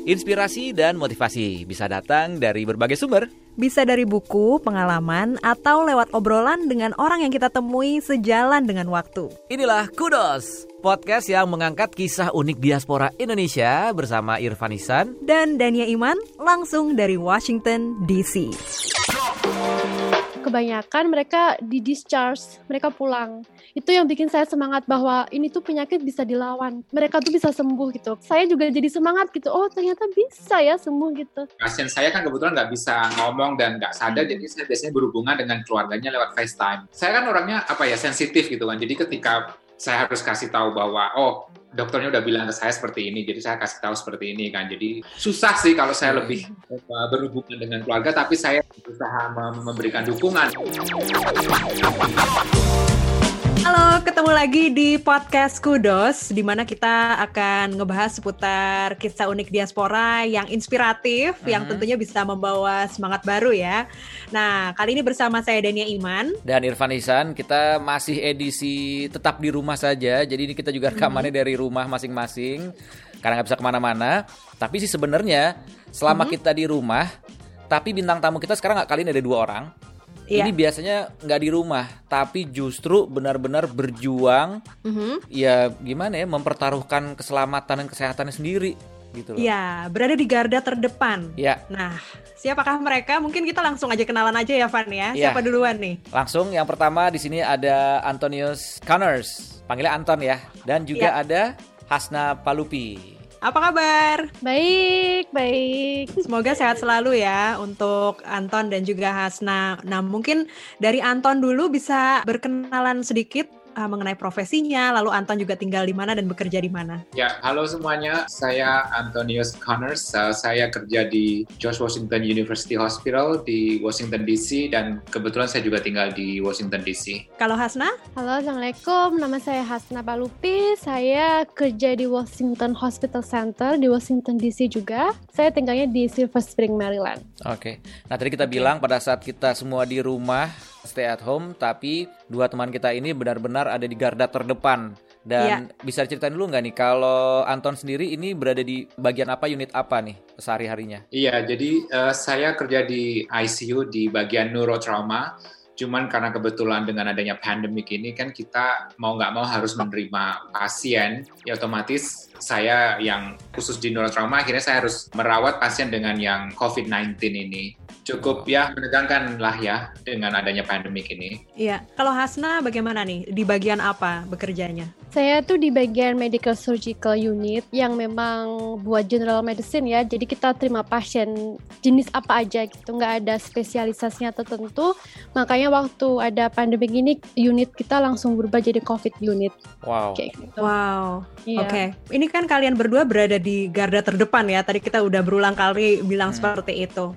Inspirasi dan motivasi bisa datang dari berbagai sumber. Bisa dari buku, pengalaman, atau lewat obrolan dengan orang yang kita temui sejalan dengan waktu. Inilah Kudos, podcast yang mengangkat kisah unik diaspora Indonesia bersama Irfan Ihsan dan Dania Iman, langsung dari Washington, D.C. Kebanyakan mereka di-discharge, mereka pulang. Itu yang bikin saya semangat bahwa ini tuh penyakit bisa dilawan. Mereka tuh bisa sembuh gitu. Saya juga jadi semangat gitu, oh ternyata bisa ya sembuh gitu. Pasien saya kan kebetulan nggak bisa ngomong dan nggak sadar, jadi saya biasanya berhubungan dengan keluarganya lewat FaceTime. Saya kan orangnya sensitif gitu kan, jadi ketika saya harus kasih tahu bahwa, dokternya udah bilang ke saya seperti ini, jadi saya kasih tahu seperti ini kan. Jadi susah sih kalau saya lebih berhubungan dengan keluarga, tapi saya berusaha memberikan dukungan. Halo, ketemu lagi di podcast Kudos, di mana kita akan ngebahas seputar kisah unik diaspora yang inspiratif, yang tentunya bisa membawa semangat baru ya. Nah, kali ini bersama saya Dania Iman dan Irfan Ihsan. Kita masih edisi tetap di rumah saja, jadi ini kita juga rekamannya dari rumah masing-masing, karena nggak bisa kemana-mana. Tapi sih sebenarnya selama kita di rumah, tapi bintang tamu kita sekarang kali ini ada 2 orang. Ini biasanya nggak di rumah, tapi justru benar-benar berjuang, ya gimana ya, mempertaruhkan keselamatan dan kesehatannya sendiri, gitu loh. Ya, berada di garda terdepan. Ya. Nah, siapakah mereka? Mungkin kita langsung aja kenalan aja ya, Van ya. Siapa duluan nih? Langsung, yang pertama di sini ada Antonius Connors, panggilnya Anton ya, dan juga ada Hasna Palupi. Apa kabar? Baik. Semoga sehat selalu ya untuk Anton dan juga Hasna. Nah, mungkin dari Anton dulu bisa berkenalan sedikit mengenai profesinya, lalu Anton juga tinggal di mana dan bekerja di mana. Ya, halo semuanya. Saya Antonius Connors. Saya kerja di George Washington University Hospital di Washington DC, dan kebetulan saya juga tinggal di Washington DC. Kalau Hasna? Halo, Assalamualaikum. Nama saya Hasna Palupi. Saya kerja di Washington Hospital Center di Washington DC juga. Saya tinggalnya di Silver Spring, Maryland. Oke. Nah, tadi kita bilang pada saat kita semua di rumah, stay at home, tapi 2 teman kita ini benar-benar ada di garda terdepan. Dan bisa diceritain dulu nggak nih, kalau Anton sendiri ini berada di bagian apa, unit apa nih sehari-harinya? Iya, jadi saya kerja di ICU di bagian neurotrauma. Cuman karena kebetulan dengan adanya pandemik ini kan kita mau nggak mau harus menerima pasien, ya otomatis saya yang khusus di neurotrauma akhirnya saya harus merawat pasien dengan yang COVID-19 ini. Cukup menegangkan lah ya dengan adanya pandemik ini. Iya, kalau Hasna bagaimana nih? Di bagian apa bekerjanya? Saya tuh di bagian medical surgical unit yang memang buat general medicine ya. Jadi kita terima pasien jenis apa aja gitu, nggak ada spesialisasinya tertentu. Makanya waktu ada pandemik ini unit kita langsung berubah jadi COVID unit. Wow. Kayak gitu. Wow. Iya. Oke. Ini kan kalian berdua berada di garda terdepan ya. Tadi kita udah berulang kali bilang seperti itu.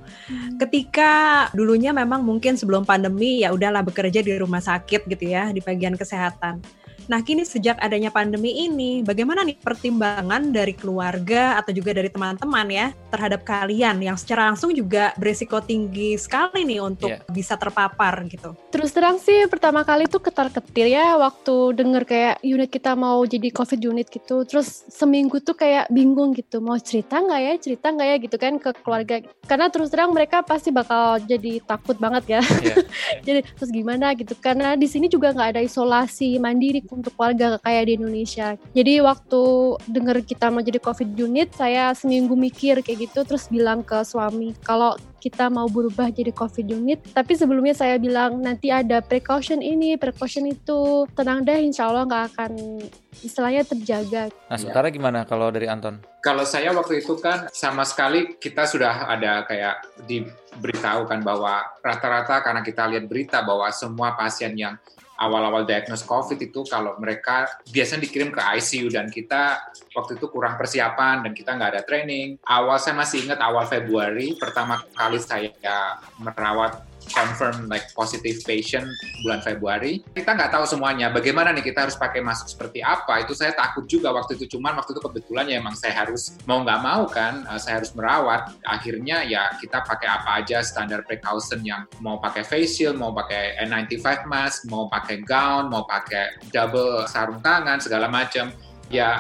Ketika dulunya memang mungkin sebelum pandemi ya udahlah bekerja di rumah sakit gitu ya, di bagian kesehatan. Nah, kini sejak adanya pandemi ini, bagaimana nih pertimbangan dari keluarga atau juga dari teman-teman ya terhadap kalian yang secara langsung juga beresiko tinggi sekali nih untuk bisa terpapar gitu? Terus terang sih pertama kali tuh ketar-ketir ya waktu denger kayak unit kita mau jadi COVID unit gitu. Terus seminggu tuh kayak bingung gitu, mau cerita nggak ya gitu kan ke keluarga. Karena terus terang mereka pasti bakal jadi takut banget ya. Jadi terus gimana gitu, karena di sini juga nggak ada isolasi mandiri untuk warga kayak di Indonesia. Jadi waktu denger kita mau jadi COVID unit, saya seminggu mikir kayak gitu, terus bilang ke suami kalau kita mau berubah jadi COVID unit. Tapi sebelumnya saya bilang nanti ada precaution ini, precaution itu. Tenang deh, insya Allah nggak akan istilahnya terjaga. Nah, sementara gimana kalau dari Anton? Kalau saya waktu itu kan sama sekali kita sudah ada kayak diberitahu kan bahwa rata-rata karena kita lihat berita bahwa semua pasien yang awal-awal diagnosis COVID itu kalau mereka biasanya dikirim ke ICU, dan kita waktu itu kurang persiapan dan kita nggak ada training. Saya masih ingat awal Februari pertama kali saya merawat confirm positive patient bulan Februari. Kita nggak tahu semuanya, bagaimana nih kita harus pakai masker seperti apa, itu saya takut juga waktu itu. Cuman waktu itu kebetulan ya emang saya harus, mau nggak mau kan, saya harus merawat. Akhirnya ya kita pakai apa aja standar precaution, yang mau pakai face shield, mau pakai N95 mask, mau pakai gown, mau pakai double sarung tangan, segala macam. Ya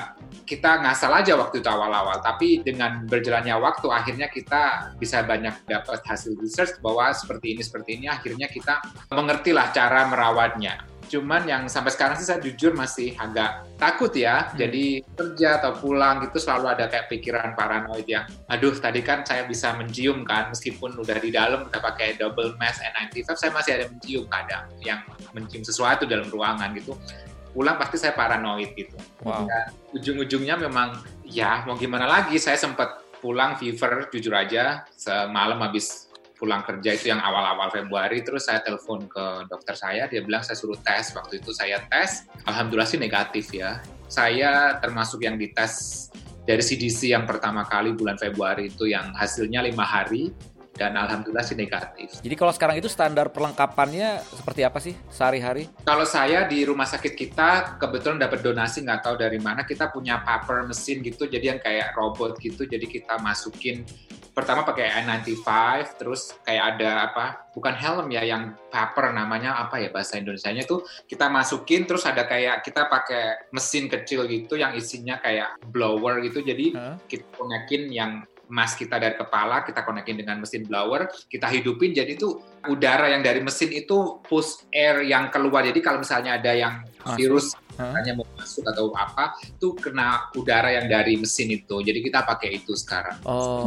kita ngasal aja waktu itu awal-awal, tapi dengan berjalannya waktu akhirnya kita bisa banyak dapat hasil research bahwa seperti ini, akhirnya kita mengerti lah cara merawatnya. Cuman yang sampai sekarang sih saya jujur masih agak takut ya. Jadi kerja atau pulang gitu selalu ada kayak pikiran paranoid yang, aduh tadi kan saya bisa mencium kan, meskipun udah di dalam udah pakai double mask N95, saya masih ada mencium kadang, yang mencium sesuatu dalam ruangan gitu. Pulang pasti saya paranoid gitu. Wow. Dan ujung-ujungnya memang ya mau gimana lagi, saya sempat pulang fever jujur aja semalam habis pulang kerja itu yang awal-awal Februari, terus saya telepon ke dokter saya, dia bilang saya suruh tes. Waktu itu saya tes, alhamdulillah sih negatif ya. Saya termasuk yang dites dari CDC yang pertama kali bulan Februari itu yang hasilnya 5 hari. Dan alhamdulillah sih negatif. Jadi kalau sekarang itu standar perlengkapannya seperti apa sih sehari-hari? Kalau saya di rumah sakit kita kebetulan dapat donasi, nggak tahu dari mana, kita punya paper mesin gitu, jadi yang kayak robot gitu, jadi kita masukin pertama pakai N95, terus kayak ada bukan helm ya, yang paper namanya apa ya bahasa Indonesianya itu, kita masukin terus ada kayak kita pakai mesin kecil gitu yang isinya kayak blower gitu, jadi kita konekin yang mask kita dari kepala, kita konekin dengan mesin blower, kita hidupin, jadi tuh udara yang dari mesin itu push air yang keluar. Jadi kalau misalnya ada yang virus hanya mau masuk atau apa, itu kena udara yang dari mesin itu. Jadi kita pakai itu sekarang.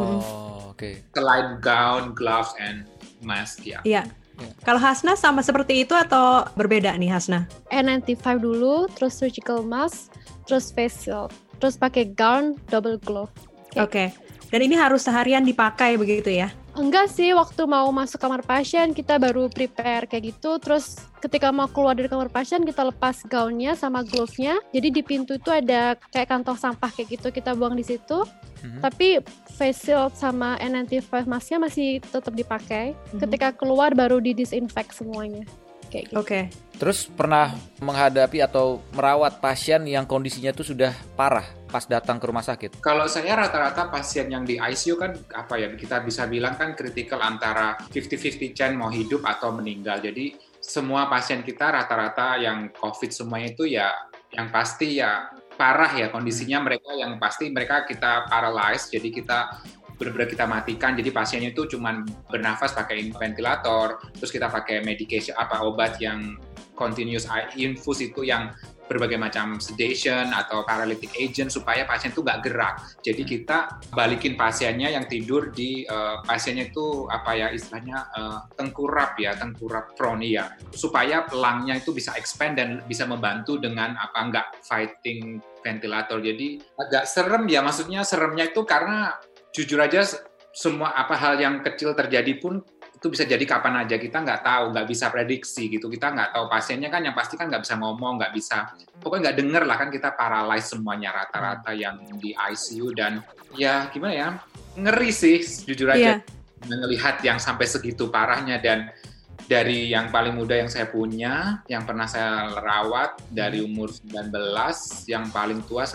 Oke. Selain gown, gloves, and mask ya. Iya. Kalau Hasna sama seperti itu atau berbeda nih Hasna? N95 dulu, terus surgical mask, terus face shield, terus pakai gown, double glove. Oke. Dan ini harus seharian dipakai begitu ya? Enggak sih, waktu mau masuk kamar pasien kita baru prepare kayak gitu, terus ketika mau keluar dari kamar pasien kita lepas gaunnya sama glove-nya. Jadi di pintu itu ada kayak kantong sampah kayak gitu, kita buang di situ. Tapi face shield sama N95 mask-nya masih tetap dipakai. Ketika keluar baru di-disinfect semuanya. Kayak gitu. Oke. Terus pernah menghadapi atau merawat pasien yang kondisinya itu sudah parah pas datang ke rumah sakit? Kalau saya rata-rata pasien yang di ICU kan kita bisa bilang kan kritikal antara 50-50 chance mau hidup atau meninggal. Jadi semua pasien kita rata-rata yang COVID semuanya itu ya yang pasti ya parah ya kondisinya, mereka yang pasti mereka kita paralyzed, jadi kita benar-benar kita matikan, jadi pasiennya itu cuma bernafas pakai ventilator, terus kita pakai medication obat yang continuous infus itu yang berbagai macam sedation atau paralytic agent supaya pasien itu nggak gerak. Jadi kita balikin pasiennya yang tidur di pasiennya itu istilahnya tengkurap prone ya, supaya lungnya itu bisa expand dan bisa membantu dengan nggak fighting ventilator. Jadi agak serem ya, maksudnya seremnya itu karena jujur aja semua hal yang kecil terjadi pun itu bisa jadi kapan aja, kita nggak tahu, nggak bisa prediksi gitu, kita nggak tahu pasiennya kan yang pasti kan nggak bisa ngomong, nggak bisa, pokoknya nggak denger lah kan, kita paralyzed semuanya rata-rata yang di ICU. Dan ya gimana ya, ngeri sih jujur aja ngelihat yang sampai segitu parahnya. Dan dari yang paling muda yang saya punya, yang pernah saya rawat dari umur 19, yang paling tua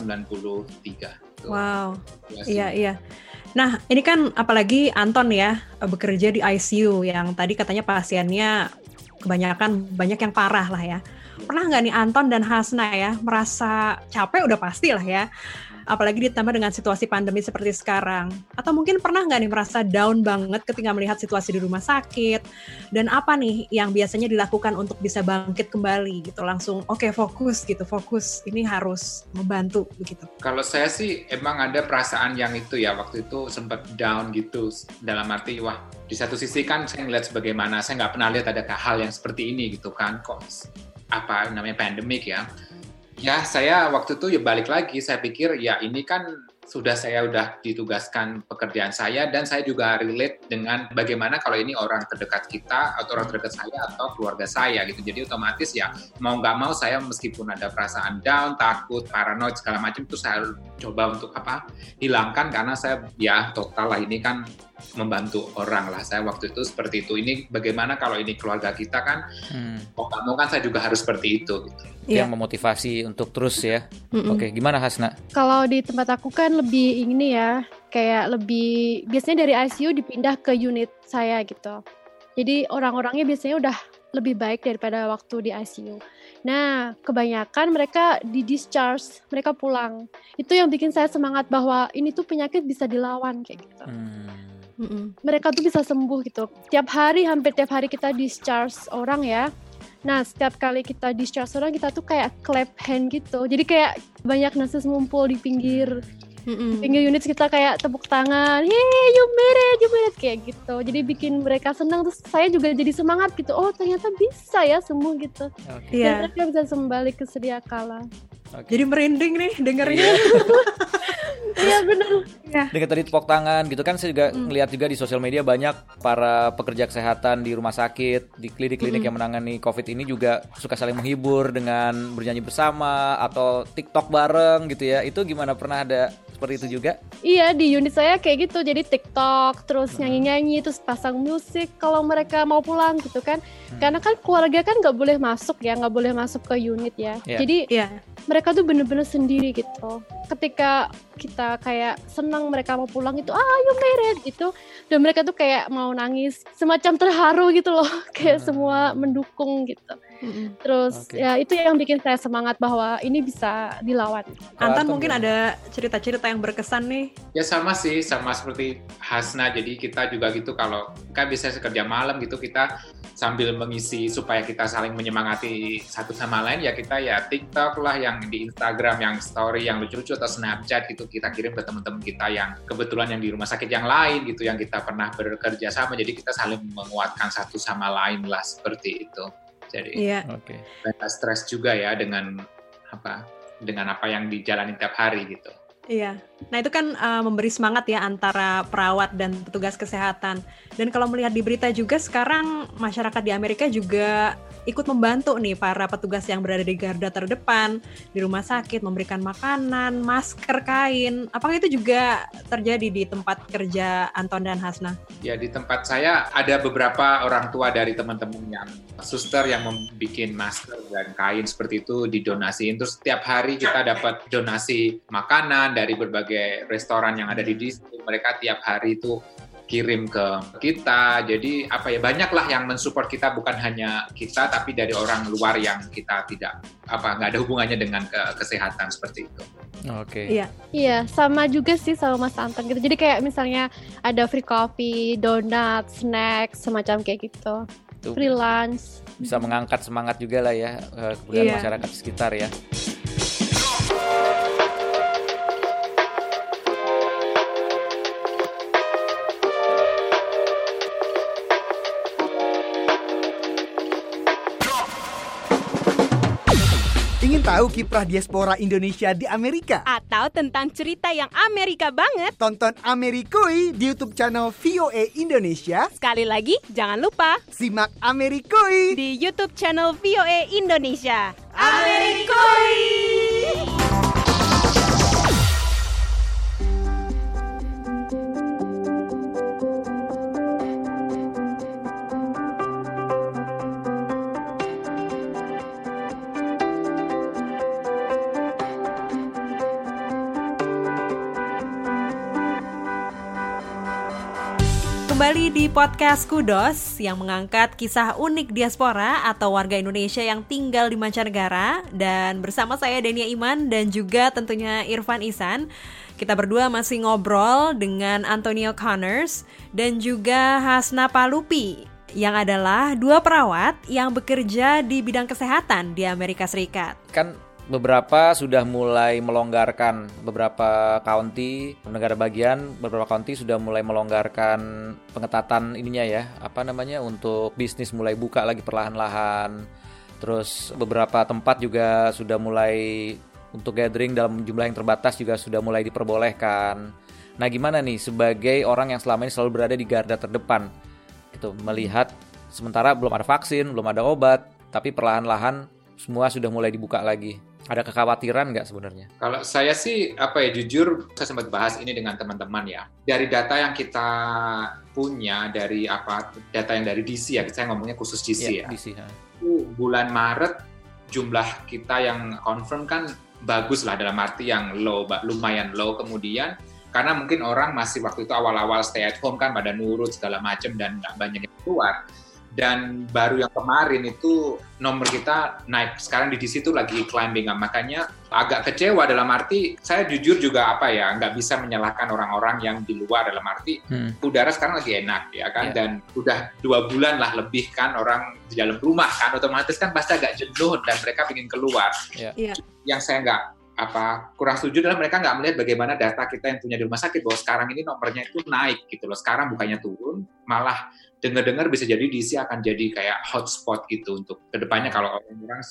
93. Wow, iya. Nah, ini kan apalagi Anton ya, bekerja di ICU yang tadi katanya pasiennya kebanyakan banyak yang parah lah ya. Pernah nggak nih Anton dan Hasna ya merasa capek, udah pasti lah ya, apalagi ditambah dengan situasi pandemi seperti sekarang? Atau mungkin pernah nggak nih merasa down banget ketika melihat situasi di rumah sakit? Dan apa nih yang biasanya dilakukan untuk bisa bangkit kembali gitu? Langsung fokus, ini harus membantu begitu. Kalau saya sih emang ada perasaan yang itu ya, waktu itu sempat down gitu, dalam arti di satu sisi kan saya ngeliat sebagaimana saya nggak pernah lihat ada hal yang seperti ini gitu kan, kok pandemik ya. Ya, saya waktu itu ya balik lagi, saya pikir ya ini kan saya udah ditugaskan pekerjaan saya, dan saya juga relate dengan bagaimana kalau ini orang terdekat kita atau orang terdekat saya atau keluarga saya gitu. Jadi otomatis ya mau nggak mau saya meskipun ada perasaan down, takut, paranoid segala macam itu saya coba untuk hilangkan, karena saya ya total lah ini kan membantu orang lah. Saya waktu itu seperti itu. Ini bagaimana kalau ini keluarga kita kan, mau nggak mau kan saya juga harus seperti itu gitu. Yang memotivasi untuk terus ya. Oke, gimana Hasna? Kalau di tempat aku kan lebih ini ya, kayak lebih biasanya dari ICU dipindah ke unit saya gitu. Jadi orang-orangnya biasanya udah lebih baik daripada waktu di ICU. Nah, kebanyakan mereka di discharge, mereka pulang. Itu yang bikin saya semangat bahwa ini tuh penyakit bisa dilawan kayak gitu. Mereka tuh bisa sembuh gitu. Hampir tiap hari kita discharge orang ya. Nah, setiap kali kita discharge orang, kita tuh kayak clap hand gitu. Jadi kayak banyak nurses ngumpul di pinggir unit, kita kayak tepuk tangan, hey you made it, kayak gitu. Jadi bikin mereka senang, terus saya juga jadi semangat gitu. Oh ternyata bisa ya sembuh gitu. Dan mereka bisa kembali ke sedia kala. Jadi merinding nih dengarnya. Iya benar. Dengan tadi tepuk tangan gitu kan, saya juga ngelihat juga di sosial media banyak para pekerja kesehatan di rumah sakit, di klinik-klinik yang menangani COVID ini juga suka saling menghibur dengan bernyanyi bersama atau TikTok bareng gitu ya. Itu gimana, pernah ada seperti itu juga? Iya, di unit saya kayak gitu. Jadi TikTok, terus nyanyi-nyanyi, terus pasang musik kalau mereka mau pulang gitu kan. Karena kan keluarga kan nggak boleh masuk ke unit ya. Jadi mereka tuh bener-bener sendiri gitu. Ketika kita kayak senang mereka mau pulang itu, you made it gitu. Dan mereka tuh kayak mau nangis, semacam terharu gitu loh. Kayak semua mendukung gitu. Terus ya itu yang bikin saya semangat bahwa ini bisa dilawan. Anton mungkin ada cerita-cerita yang berkesan nih. Ya sama sih, sama seperti Hasna. Jadi kita juga gitu, kalau kan bisa kerja malam gitu, kita sambil mengisi supaya kita saling menyemangati satu sama lain, ya kita ya TikTok lah, yang di Instagram, yang story, yang lucu-lucu, atau Snapchat gitu, kita kirim ke teman-teman kita yang kebetulan yang di rumah sakit yang lain gitu, yang kita pernah bekerja sama. Jadi kita saling menguatkan satu sama lain lah, seperti itu. Jadi kita stres juga ya dengan apa yang dijalani tiap hari gitu. Iya, nah itu kan memberi semangat ya antara perawat dan petugas kesehatan. Dan kalau melihat di berita juga sekarang masyarakat di Amerika juga ikut membantu nih para petugas yang berada di garda terdepan di rumah sakit, memberikan makanan, masker, kain. Apakah itu juga terjadi di tempat kerja Anton dan Hasna? Ya, di tempat saya ada beberapa orang tua dari teman-teman yang suster yang membuat masker dan kain seperti itu didonasiin. Terus setiap hari kita dapat donasi makanan dari berbagai restoran yang ada di Disney. Mereka tiap hari itu kirim ke kita. Jadi banyaklah yang mensupport kita, bukan hanya kita tapi dari orang luar yang kita nggak ada hubungannya dengan kesehatan seperti itu. Iya, sama juga sih sama Mas Anton gitu. Jadi kayak misalnya ada free coffee, donat, snack, semacam kayak gitu. Free lunch. Bisa mengangkat semangat juga lah ya kemudian masyarakat sekitar ya. Ingin tahu kiprah diaspora Indonesia di Amerika? Atau tentang cerita yang Amerika banget? Tonton Amerikui di YouTube channel VOA Indonesia. Sekali lagi, jangan lupa simak Amerikui di YouTube channel VOA Indonesia. Amerikui! Kembali di podcast Kudos yang mengangkat kisah unik diaspora atau warga Indonesia yang tinggal di mancanegara. Dan bersama saya Denia Iman dan juga tentunya Irfan Ihsan. Kita berdua masih ngobrol dengan Antonio Connors dan juga Hasna Palupi yang adalah dua perawat yang bekerja di bidang kesehatan di Amerika Serikat. Kan beberapa sudah mulai melonggarkan, beberapa county, negara bagian, beberapa county sudah mulai melonggarkan pengetatan ininya ya, untuk bisnis mulai buka lagi perlahan-lahan. Terus beberapa tempat juga sudah mulai untuk gathering dalam jumlah yang terbatas juga sudah mulai diperbolehkan. Nah, gimana nih sebagai orang yang selama ini selalu berada di garda terdepan gitu, melihat sementara belum ada vaksin, belum ada obat, tapi perlahan-lahan semua sudah mulai dibuka lagi. Ada kekhawatiran nggak sebenarnya? Kalau saya sih, jujur saya sempat bahas ini dengan teman-teman ya. Dari data yang kita punya, data yang dari DC ya, saya ngomongnya khusus DC ya. DC, Itu bulan Maret jumlah kita yang confirm kan bagus lah, dalam arti yang low, lumayan low. Kemudian karena mungkin orang masih waktu itu awal-awal stay at home kan, pada nurut segala macam dan nggak banyak yang keluar. Dan baru yang kemarin itu nomor kita naik. Sekarang di DC itu lagi climbing. Makanya agak kecewa dalam arti, saya jujur juga nggak bisa menyalahkan orang-orang yang di luar dalam arti, udara sekarang lagi enak ya kan, dan udah 2 bulan lah lebih kan orang di dalam rumah kan, otomatis kan pasti agak jenuh dan mereka ingin keluar. Yang saya nggak kurang setuju adalah mereka nggak melihat bagaimana data kita yang punya di rumah sakit, bahwa sekarang ini nomornya itu naik gitu loh. Sekarang bukannya turun, malah dengar-dengar bisa jadi DC akan jadi kayak hotspot gitu untuk kedepannya kalau orang-orang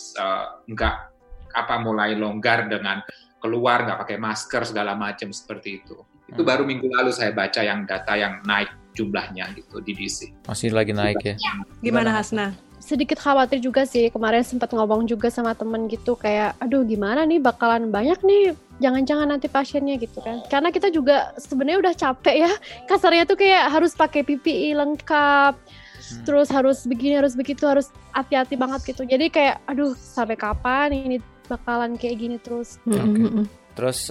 nggak mulai longgar dengan keluar nggak pakai masker segala macam seperti itu. Itu baru minggu lalu saya baca yang data yang naik jumlahnya gitu di DC. Masih lagi naik ya. Gimana Hasna? Sedikit khawatir juga sih, kemarin sempat ngomong juga sama temen gitu kayak aduh gimana nih bakalan banyak nih jangan-jangan nanti pasiennya gitu kan, karena kita juga sebenarnya udah capek ya, kasarnya tuh kayak harus pakai PPE lengkap, terus harus begini harus begitu, harus hati-hati banget gitu, jadi kayak aduh sampai kapan ini bakalan kayak gini terus. Terus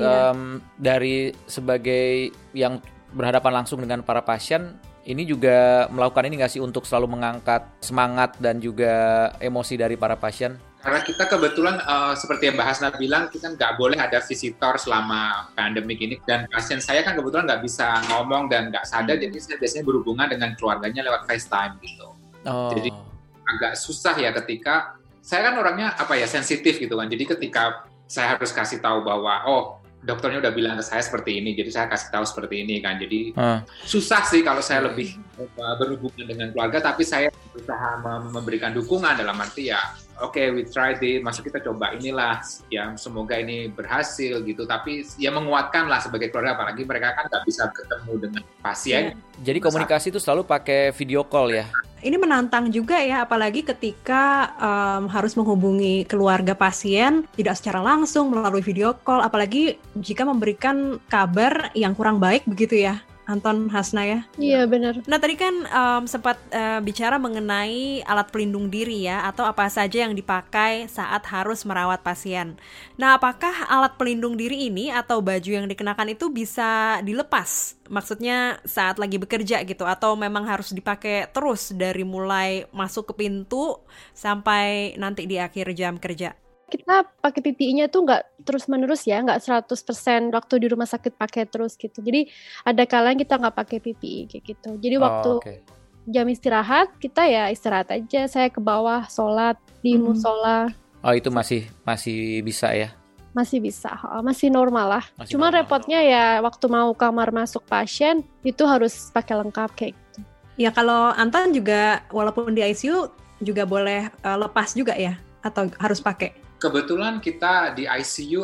dari sebagai yang berhadapan langsung dengan para pasien, ini juga melakukan ini nggak sih untuk selalu mengangkat semangat dan juga emosi dari para pasien? Karena kita kebetulan seperti yang Mbak Hasna bilang, kita nggak boleh ada visitor selama pandemik ini. Dan pasien saya kan kebetulan nggak bisa ngomong dan nggak sadar, jadi saya biasanya berhubungan dengan keluarganya lewat FaceTime gitu. Jadi agak susah ya ketika, saya kan orangnya sensitif gitu kan. Jadi ketika saya harus kasih tahu bahwa, dokternya udah bilang ke saya seperti ini, jadi saya kasih tahu seperti ini kan. Jadi susah sih kalau saya lebih berhubungan dengan keluarga, tapi saya berusaha memberikan dukungan dalam arti we try it, masuk kita coba inilah, ya semoga ini berhasil gitu. Tapi ya menguatkan lah sebagai keluarga, apalagi mereka kan nggak bisa ketemu dengan pasien. Jadi komunikasi itu selalu pakai video call ya? Ini menantang juga ya, apalagi ketika harus menghubungi keluarga pasien tidak secara langsung melalui video call, apalagi jika memberikan kabar yang kurang baik begitu ya, Anton, Hasna ya? Iya benar. Nah tadi kan sempat bicara mengenai alat pelindung diri ya, atau apa saja yang dipakai saat harus merawat pasien. Nah apakah alat pelindung diri ini atau baju yang dikenakan itu bisa dilepas? Maksudnya saat lagi bekerja gitu, atau memang harus dipakai terus dari mulai masuk ke pintu sampai nanti di akhir jam kerja? Kita pakai PPE-nya tuh nggak terus-menerus ya, nggak 100% waktu di rumah sakit pakai terus gitu. Jadi ada kalanya kita nggak pakai PPE kayak gitu. Jadi waktu jam istirahat, kita ya istirahat aja. Saya ke bawah, sholat di musola. Oh itu masih bisa ya? Masih bisa, masih normal lah. Cuma repotnya ya waktu mau kamar masuk pasien, itu harus pakai lengkap kayak gitu. Ya kalau Anton juga walaupun di ICU juga boleh lepas juga ya? Atau harus pakai? Kebetulan kita di ICU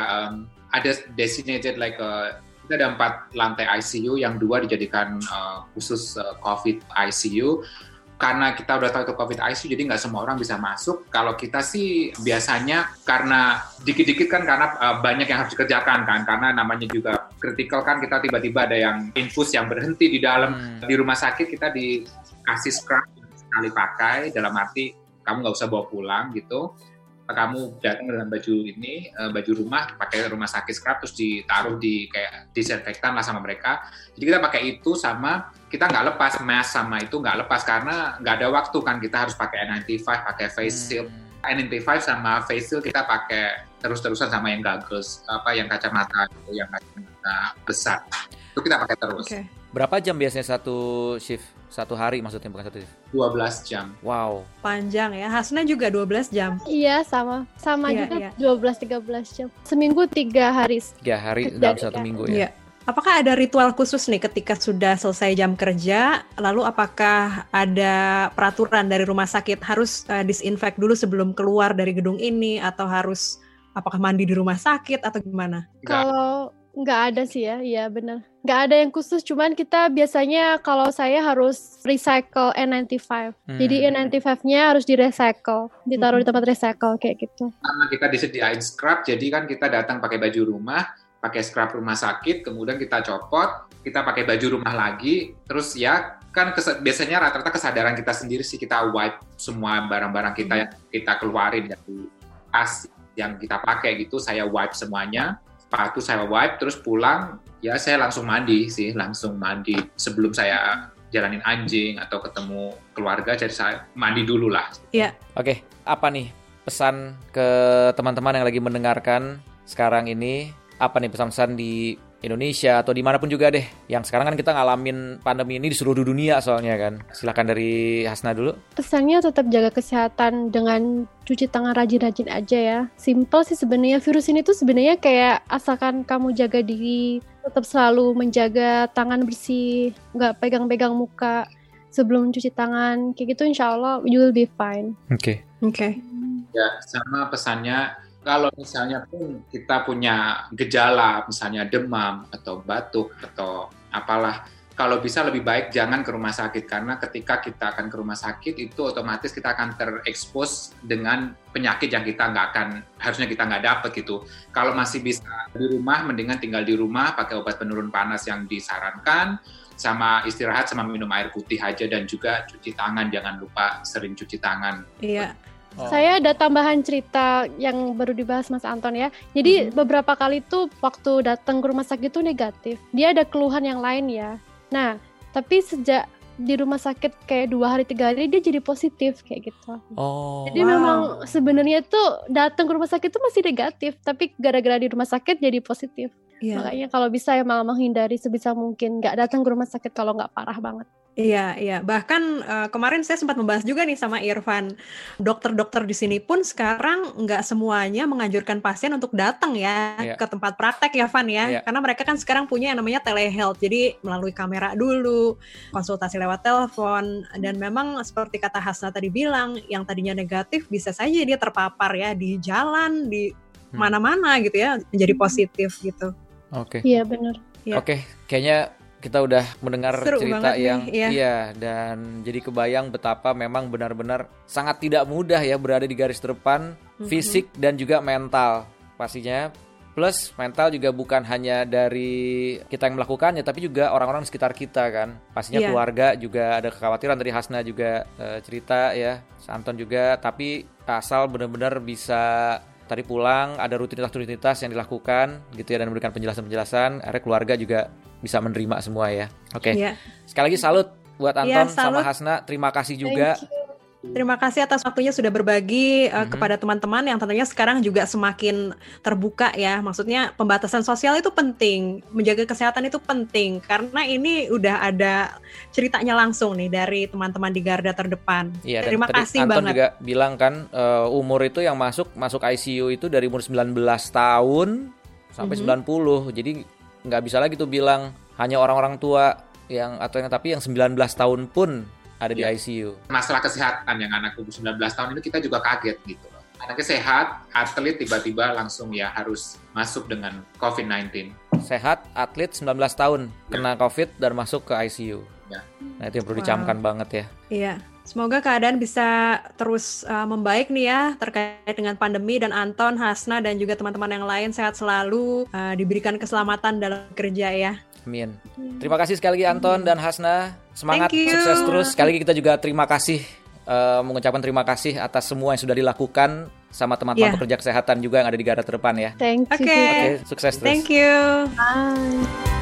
ada designated kita ada 4 lantai ICU, yang 2 dijadikan khusus COVID ICU. Karena kita udah tahu itu COVID ICU, jadi nggak semua orang bisa masuk. Kalau kita sih biasanya karena dikit-dikit kan, karena banyak yang harus dikerjakan kan, karena namanya juga kritikal kan, kita tiba-tiba ada yang infus yang berhenti di dalam. Di rumah sakit kita dikasih scrub sekali pakai, dalam arti kamu nggak usah bawa pulang gitu. Kamu datang dengan baju ini, baju rumah, pakai rumah sakit scrub, terus ditaruh di kayak disinfektan lah sama mereka. Jadi kita pakai itu, sama kita nggak lepas mask sama itu, nggak lepas karena nggak ada waktu kan, kita harus pakai N95, pakai face shield. N95 sama face shield kita pakai terus-terusan, sama yang goggles, yang kacamata gitu, yang kacamata besar. Itu kita pakai terus. Okay. Berapa jam biasanya satu shift? Satu hari maksudnya, bukan satu shift? 12 jam. Wow. Panjang ya. Hasna juga 12 jam. Iya, sama juga 12-13 jam. Seminggu 3 hari. 3 hari dalam satu minggu ya? Iya. Apakah ada ritual khusus nih ketika sudah selesai jam kerja? Lalu apakah ada peraturan dari rumah sakit harus disinfek dulu sebelum keluar dari gedung ini? Atau harus apakah mandi di rumah sakit atau gimana? Kalau nggak ada sih ya, iya benar. Nggak ada yang khusus, cuman kita biasanya kalau saya harus recycle N95. Jadi N95-nya harus di-recycle, ditaruh di tempat recycle kayak gitu. Karena kita disediain scrub, jadi kan kita datang pakai baju rumah, pakai scrub rumah sakit, kemudian kita copot, kita pakai baju rumah lagi, terus ya kan biasanya rata-rata kesadaran kita sendiri sih, kita wipe semua barang-barang kita yang kita keluarin dari tas yang kita pakai gitu, saya wipe semuanya. Sepatu saya wipe, terus pulang, ya saya langsung mandi sebelum saya jalanin anjing atau ketemu keluarga, jadi saya mandi dulu lah. Iya. Oke, apa nih pesan ke teman-teman yang lagi mendengarkan sekarang ini? Apa nih pesan-pesan di Indonesia atau dimanapun juga deh, yang sekarang kan kita ngalamin pandemi ini di seluruh dunia soalnya kan. Silakan dari Hasna dulu. Pesannya tetap jaga kesehatan dengan cuci tangan rajin-rajin aja ya. Simple sih sebenarnya, virus ini tuh sebenarnya kayak asalkan kamu jaga diri, tetap selalu menjaga tangan bersih, nggak pegang-pegang muka sebelum cuci tangan, kayak gitu insya Allah you will be fine. Oke. Ya, sama pesannya, kalau misalnya pun kita punya gejala, misalnya demam atau batuk atau apalah, kalau bisa lebih baik jangan ke rumah sakit, karena ketika kita akan ke rumah sakit itu otomatis kita akan terekspos dengan penyakit yang harusnya kita nggak dapat gitu. Kalau masih bisa di rumah, mendingan tinggal di rumah, pakai obat penurun panas yang disarankan, sama istirahat, sama minum air putih aja, dan juga cuci tangan, jangan lupa sering cuci tangan. Iya. Saya ada tambahan cerita yang baru dibahas Mas Anton ya. Jadi beberapa kali tuh waktu datang ke rumah sakit itu negatif. Dia ada keluhan yang lain ya. Nah, tapi sejak di rumah sakit kayak 2 hari 3 hari dia jadi positif kayak gitu. Jadi memang sebenarnya tuh datang ke rumah sakit tuh masih negatif, tapi gara-gara di rumah sakit jadi positif. Makanya kalau bisa emang menghindari sebisa mungkin nggak datang ke rumah sakit kalau nggak parah banget. Iya. Bahkan kemarin saya sempat membahas juga nih sama Irfan. Dokter-dokter di sini pun sekarang nggak semuanya menganjurkan pasien untuk datang ya ke tempat praktek ya, Van ya. Karena mereka kan sekarang punya yang namanya telehealth. Jadi melalui kamera dulu, konsultasi lewat telepon. Dan memang seperti kata Hasna tadi bilang, yang tadinya negatif bisa saja dia terpapar ya di jalan, di mana-mana gitu ya, menjadi positif gitu. Oke. Iya benar. Oke, kayaknya kita udah mendengar Seru cerita yang nih, dan jadi kebayang betapa memang benar-benar sangat tidak mudah ya berada di garis terdepan, fisik dan juga mental pastinya. Plus mental juga bukan hanya dari kita yang melakukannya, tapi juga orang-orang di sekitar kita kan. Pastinya keluarga juga ada kekhawatiran, dari Hasna juga cerita ya, Anton juga, tapi asal benar-benar bisa tadi pulang, ada rutinitas yang dilakukan gitu ya, dan memberikan penjelasan-penjelasan, akhirnya keluarga juga bisa menerima semua ya. Oke. Sekali lagi salut buat Anton sama Hasna. Terima kasih juga. Terima kasih atas waktunya sudah berbagi kepada teman-teman yang tentunya sekarang juga semakin terbuka ya. Maksudnya pembatasan sosial itu penting, menjaga kesehatan itu penting, karena ini udah ada ceritanya langsung nih dari teman-teman di garda terdepan. Iya, terima kasih Anton banget. juga bilang kan umur itu yang masuk ICU itu dari umur 19 tahun sampai 90. Jadi nggak bisa lagi tuh bilang hanya orang-orang tua tapi yang 19 tahun pun ada di ICU. Masalah kesehatan yang anak 19 tahun itu kita juga kaget gitu loh. Anaknya sehat, atlet tiba-tiba langsung ya harus masuk dengan COVID-19. Sehat, atlet 19 tahun kena COVID dan masuk ke ICU. Nah itu yang perlu dicamkan banget ya. Iya. Semoga keadaan bisa terus membaik nih ya terkait dengan pandemi, dan Anton, Hasna, dan juga teman-teman yang lain sehat selalu, diberikan keselamatan dalam kerja ya. Amin. Terima kasih sekali lagi Anton dan Hasna. Semangat, sukses terus. Sekali lagi kita juga mengucapkan terima kasih atas semua yang sudah dilakukan sama teman-teman pekerja kesehatan juga yang ada di garda terdepan ya. Thank you. Oke, sukses terus. Thank you. Bye.